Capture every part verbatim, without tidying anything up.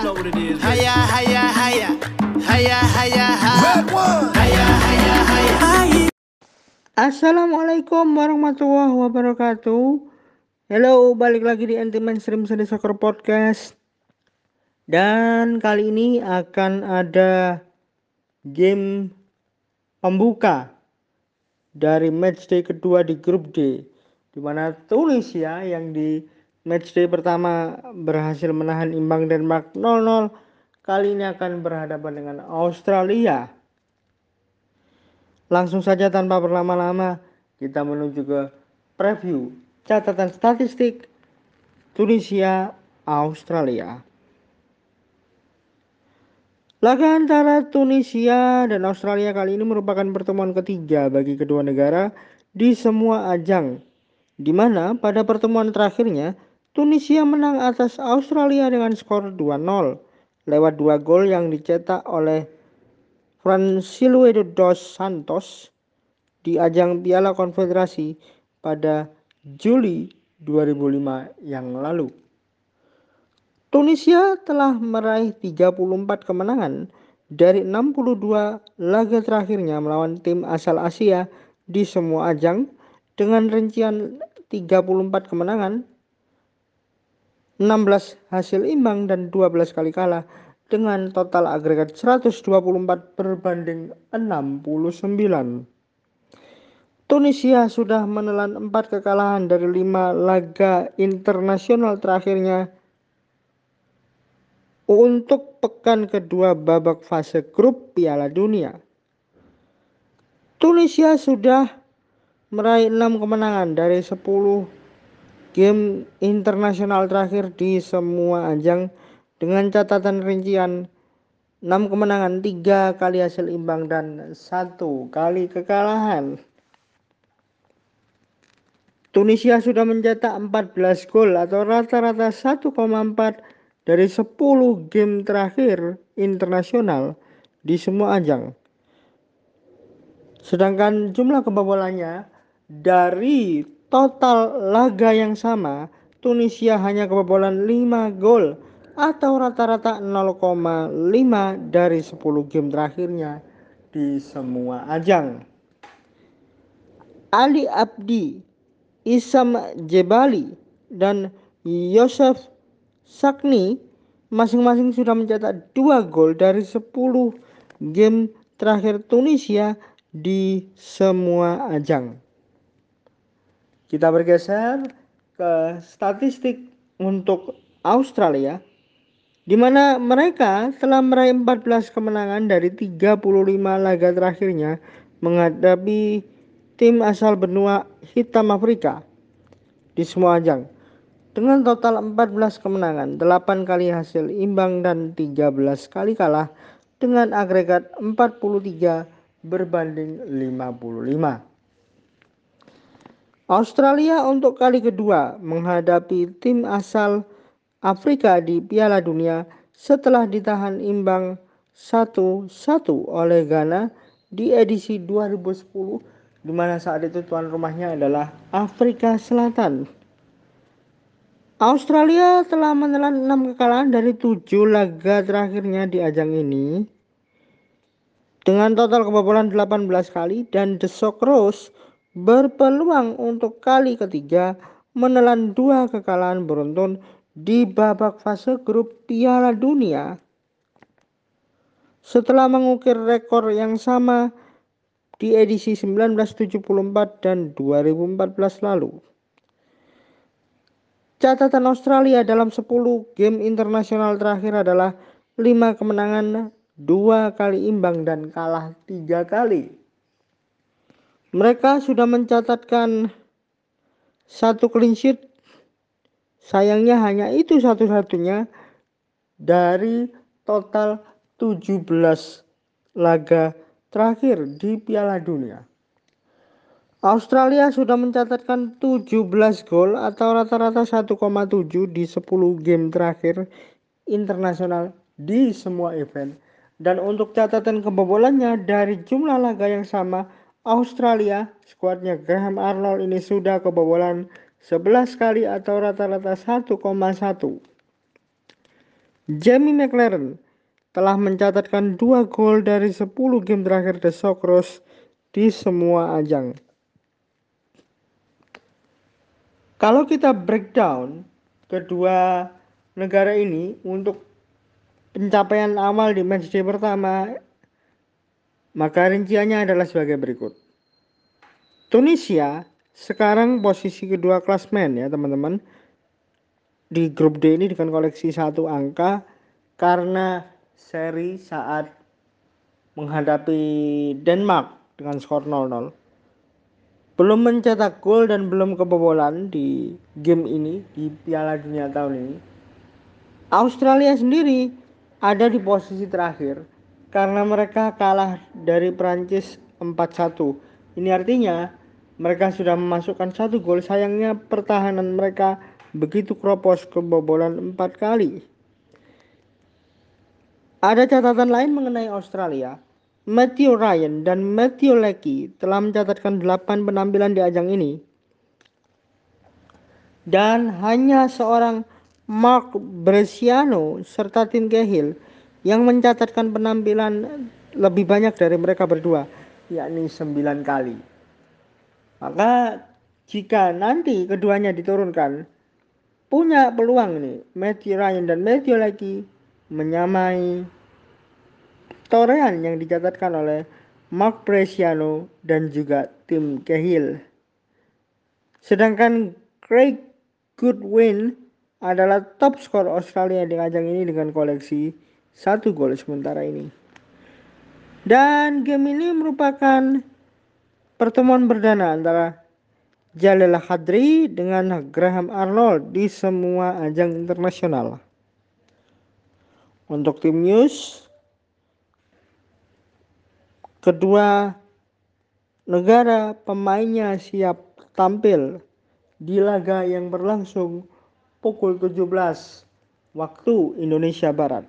know what it is. Haya, haya, haya. Haya, haya, haya. Haya, haya, haya. Assalamualaikum warahmatullahi wabarakatuh. Halo, balik lagi di Anti Mainstream Sunday Soccer Podcast. Dan kali ini akan ada game pembuka dari matchday kedua di grup D, di mana Tunisia yang di matchday pertama berhasil menahan imbang Denmark nol nol, kali ini akan berhadapan dengan Australia. Langsung saja tanpa berlama-lama kita menuju ke preview catatan statistik Tunisia Australia. Laga antara Tunisia dan Australia kali ini merupakan pertemuan ketiga bagi kedua negara di semua ajang, di mana pada pertemuan terakhirnya Tunisia menang atas Australia dengan skor dua nol lewat dua gol yang dicetak oleh Francisco dos Santos di ajang Piala Konfederasi pada Juli dua ribu lima yang lalu. Tunisia telah meraih tiga puluh empat kemenangan dari enam puluh dua laga terakhirnya melawan tim asal Asia di semua ajang dengan rincian tiga puluh empat kemenangan, enam belas hasil imbang dan dua belas kali kalah dengan total agregat seratus dua puluh empat berbanding enam puluh sembilan. Tunisia sudah menelan empat kekalahan dari lima laga internasional terakhirnya untuk pekan kedua babak fase grup Piala Dunia. Tunisia sudah meraih enam kemenangan dari sepuluh game internasional terakhir di semua ajang dengan catatan rincian enam kemenangan, tiga kali hasil imbang dan satu kali kekalahan. Tunisia sudah mencetak empat belas gol atau rata-rata satu koma empat dari sepuluh game terakhir internasional di semua ajang. Sedangkan jumlah kebobolannya dari total laga yang sama, Tunisia hanya kebobolan lima gol atau rata-rata nol koma lima dari sepuluh game terakhirnya di semua ajang. Ali Abdi, Issam Jebali dan Yosef Sakni masing-masing sudah mencetak dua gol dari sepuluh game terakhir Tunisia di semua ajang. Kita bergeser ke statistik untuk Australia, di mana mereka telah meraih empat belas kemenangan dari tiga puluh lima laga terakhirnya menghadapi tim asal benua hitam Afrika di semua ajang dengan total empat belas kemenangan, delapan kali hasil imbang dan tiga belas kali kalah dengan agregat empat puluh tiga berbanding lima puluh lima. Australia untuk kali kedua menghadapi tim asal Afrika di Piala Dunia setelah ditahan imbang satu satu oleh Ghana di edisi dua ribu sepuluh, di mana saat itu tuan rumahnya adalah Afrika Selatan. Australia telah menelan enam kekalahan dari tujuh laga terakhirnya di ajang ini dengan total kebobolan delapan belas kali, dan The Socceroos berpeluang untuk kali ketiga menelan dua kekalahan beruntun di babak fase grup Piala Dunia setelah mengukir rekor yang sama di edisi seribu sembilan ratus tujuh puluh empat dan dua ribu empat belas lalu. Catatan Australia dalam sepuluh game internasional terakhir adalah lima kemenangan, dua kali imbang dan kalah tiga kali. Mereka sudah mencatatkan satu clean sheet, sayangnya hanya itu satu-satunya dari total tujuh belas laga terakhir di Piala Dunia. Australia sudah mencatatkan tujuh belas gol atau rata-rata satu koma tujuh di sepuluh game terakhir internasional di semua event. Dan untuk catatan kebobolannya dari jumlah laga yang sama, Australia, skuadnya Graham Arnold ini sudah kebobolan sebelas kali atau rata-rata satu koma satu. Jamie McLaren telah mencatatkan dua gol dari sepuluh game terakhir The Socceroos di semua ajang. Kalau kita breakdown kedua negara ini untuk pencapaian awal di matchday pertama, maka rinciannya adalah sebagai berikut. Tunisia sekarang posisi kedua klasmen ya teman-teman. Di grup D ini dengan koleksi satu angka karena seri saat menghadapi Denmark dengan skor nol nol. Belum mencetak gol dan belum kebobolan di game ini di Piala Dunia tahun ini. Australia sendiri ada di posisi terakhir karena mereka kalah dari Prancis empat satu. Ini artinya mereka sudah memasukkan satu gol, sayangnya pertahanan mereka begitu kropos, kebobolan empat kali. Ada catatan lain mengenai Australia. Matthew Ryan dan Matthew Leckie telah mencatatkan delapan penampilan di ajang ini. Dan hanya seorang Mark Bresciano serta Tim Cahill yang mencatatkan penampilan lebih banyak dari mereka berdua, yakni sembilan kali. Maka jika nanti keduanya diturunkan, punya peluang nih Matthew Ryan dan Matthew Leckie menyamai torehan yang dicatatkan oleh Mark Bresciano dan juga Tim Cahill. Sedangkan Craig Goodwin adalah top skor Australia di ajang ini dengan koleksi satu gol sementara ini. Dan game ini merupakan pertemuan perdana antara Jalal Khadri dengan Graham Arnold di semua ajang internasional. Untuk tim news, kedua negara pemainnya siap tampil di laga yang berlangsung pukul tujuh belas waktu Indonesia Barat.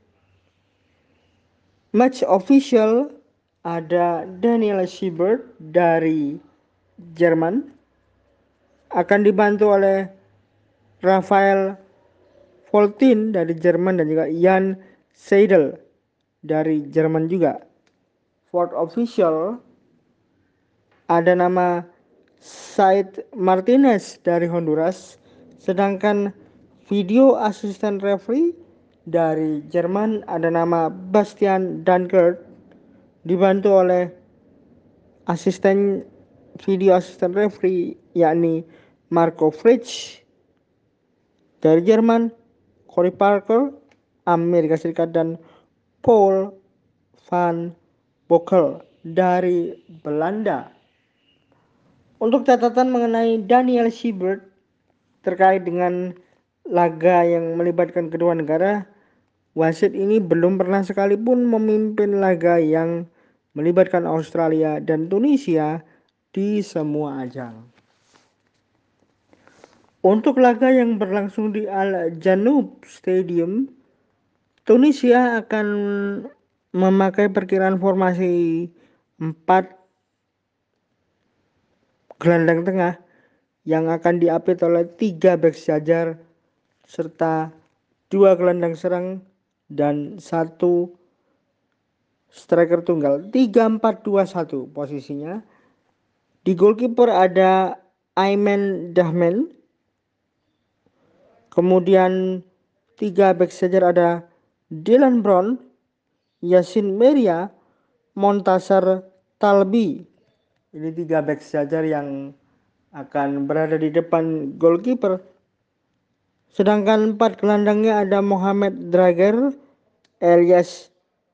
Match official ada Daniel Siebert dari Jerman, akan dibantu oleh Rafael Voltin dari Jerman dan juga Jan Seidel dari Jerman juga. Fourth official ada nama Said Martinez dari Honduras, sedangkan video asisten referee dari Jerman ada nama Bastian Dankert, dibantu oleh asisten video asisten referee yakni Marco Fritsch dari Jerman, Corey Parker Amerika Serikat, dan Paul van Bokel dari Belanda. Untuk catatan mengenai Daniel Siebert terkait dengan laga yang melibatkan kedua negara, wasit ini belum pernah sekalipun memimpin laga yang melibatkan Australia dan Tunisia di semua ajang. Untuk laga yang berlangsung di Al Janoub Stadium, Tunisia akan memakai perkiraan formasi empat gelandang tengah yang akan diapit oleh tiga bek sejajar serta dua gelandang serang dan satu striker tunggal. Tiga empat dua satu posisinya. Di goalkeeper ada Ayman Dahman. Kemudian tiga bek sejajar ada Dylan Brown, Yasin Meria, Montasar Talbi. Ini tiga bek sejajar yang akan berada di depan goalkeeper. Sedangkan empat gelandangnya ada Mohamed Drager, Elias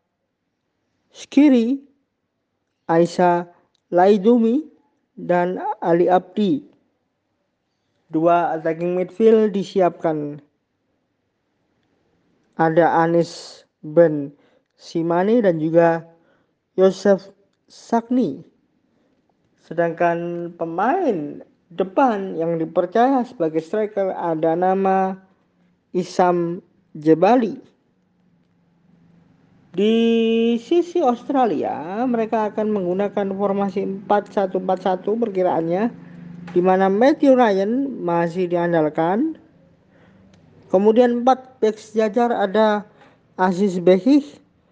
Skiri, Aisyah Laidumi, dan Ali Abdi. Dua attacking midfield disiapkan. Ada Anis Ben Simani dan juga Yosef Sakni. Sedangkan pemain depan yang dipercaya sebagai striker ada nama Isam Jebali. Di sisi Australia, mereka akan menggunakan formasi empat satu empat satu perkiraannya, di mana Matthew Ryan masih diandalkan. Kemudian empat back sejajar ada Aziz Behich,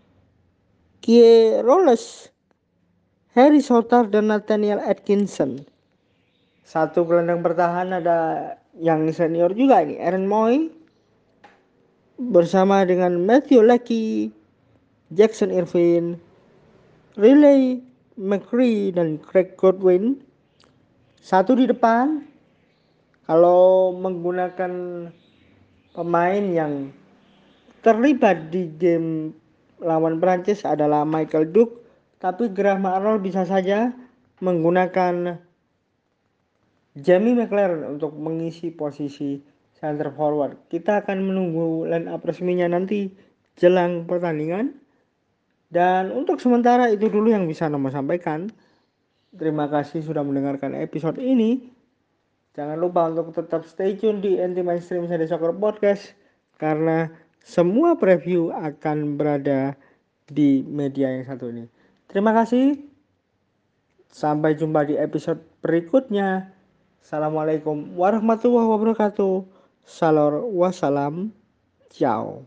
Kie Rolles, Harry Souttar, dan Nathaniel Atkinson. Satu gelandang bertahan ada yang senior juga ini, Aaron Moy bersama dengan Matthew Leckie, Jackson Irvine, Riley McCree, dan Craig Godwin. Satu di depan, kalau menggunakan pemain yang terlibat di game lawan Prancis adalah Michael Duke, tapi Graham Arnold bisa saja menggunakan Jamie McLaren untuk mengisi posisi center forward. Kita akan menunggu line up resminya nanti jelang pertandingan. Dan untuk sementara itu dulu yang bisa Nomo sampaikan. Terima kasih sudah mendengarkan episode ini. Jangan lupa untuk tetap stay tune di Anti Mainstream Sunday Soccer Podcast, karena semua preview akan berada di media yang satu ini. Terima kasih. Sampai jumpa di episode berikutnya. Assalamualaikum warahmatullahi wabarakatuh. Salor wassalam. Ciao.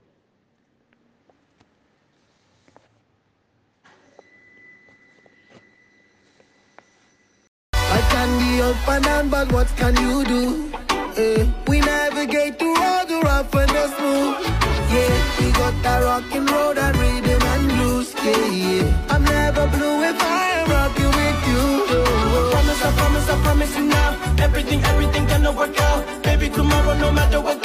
I can be up and down, but what can you do? Eh, we navigate through all the rough and the smooth. Yeah, we got that rockin' road and rhythm and blues. Yeah, yeah. I'm never blue if I am rocking with you. I promise, I promise, I promise you now. Everything, everything gonna work out. Baby, tomorrow, no matter what.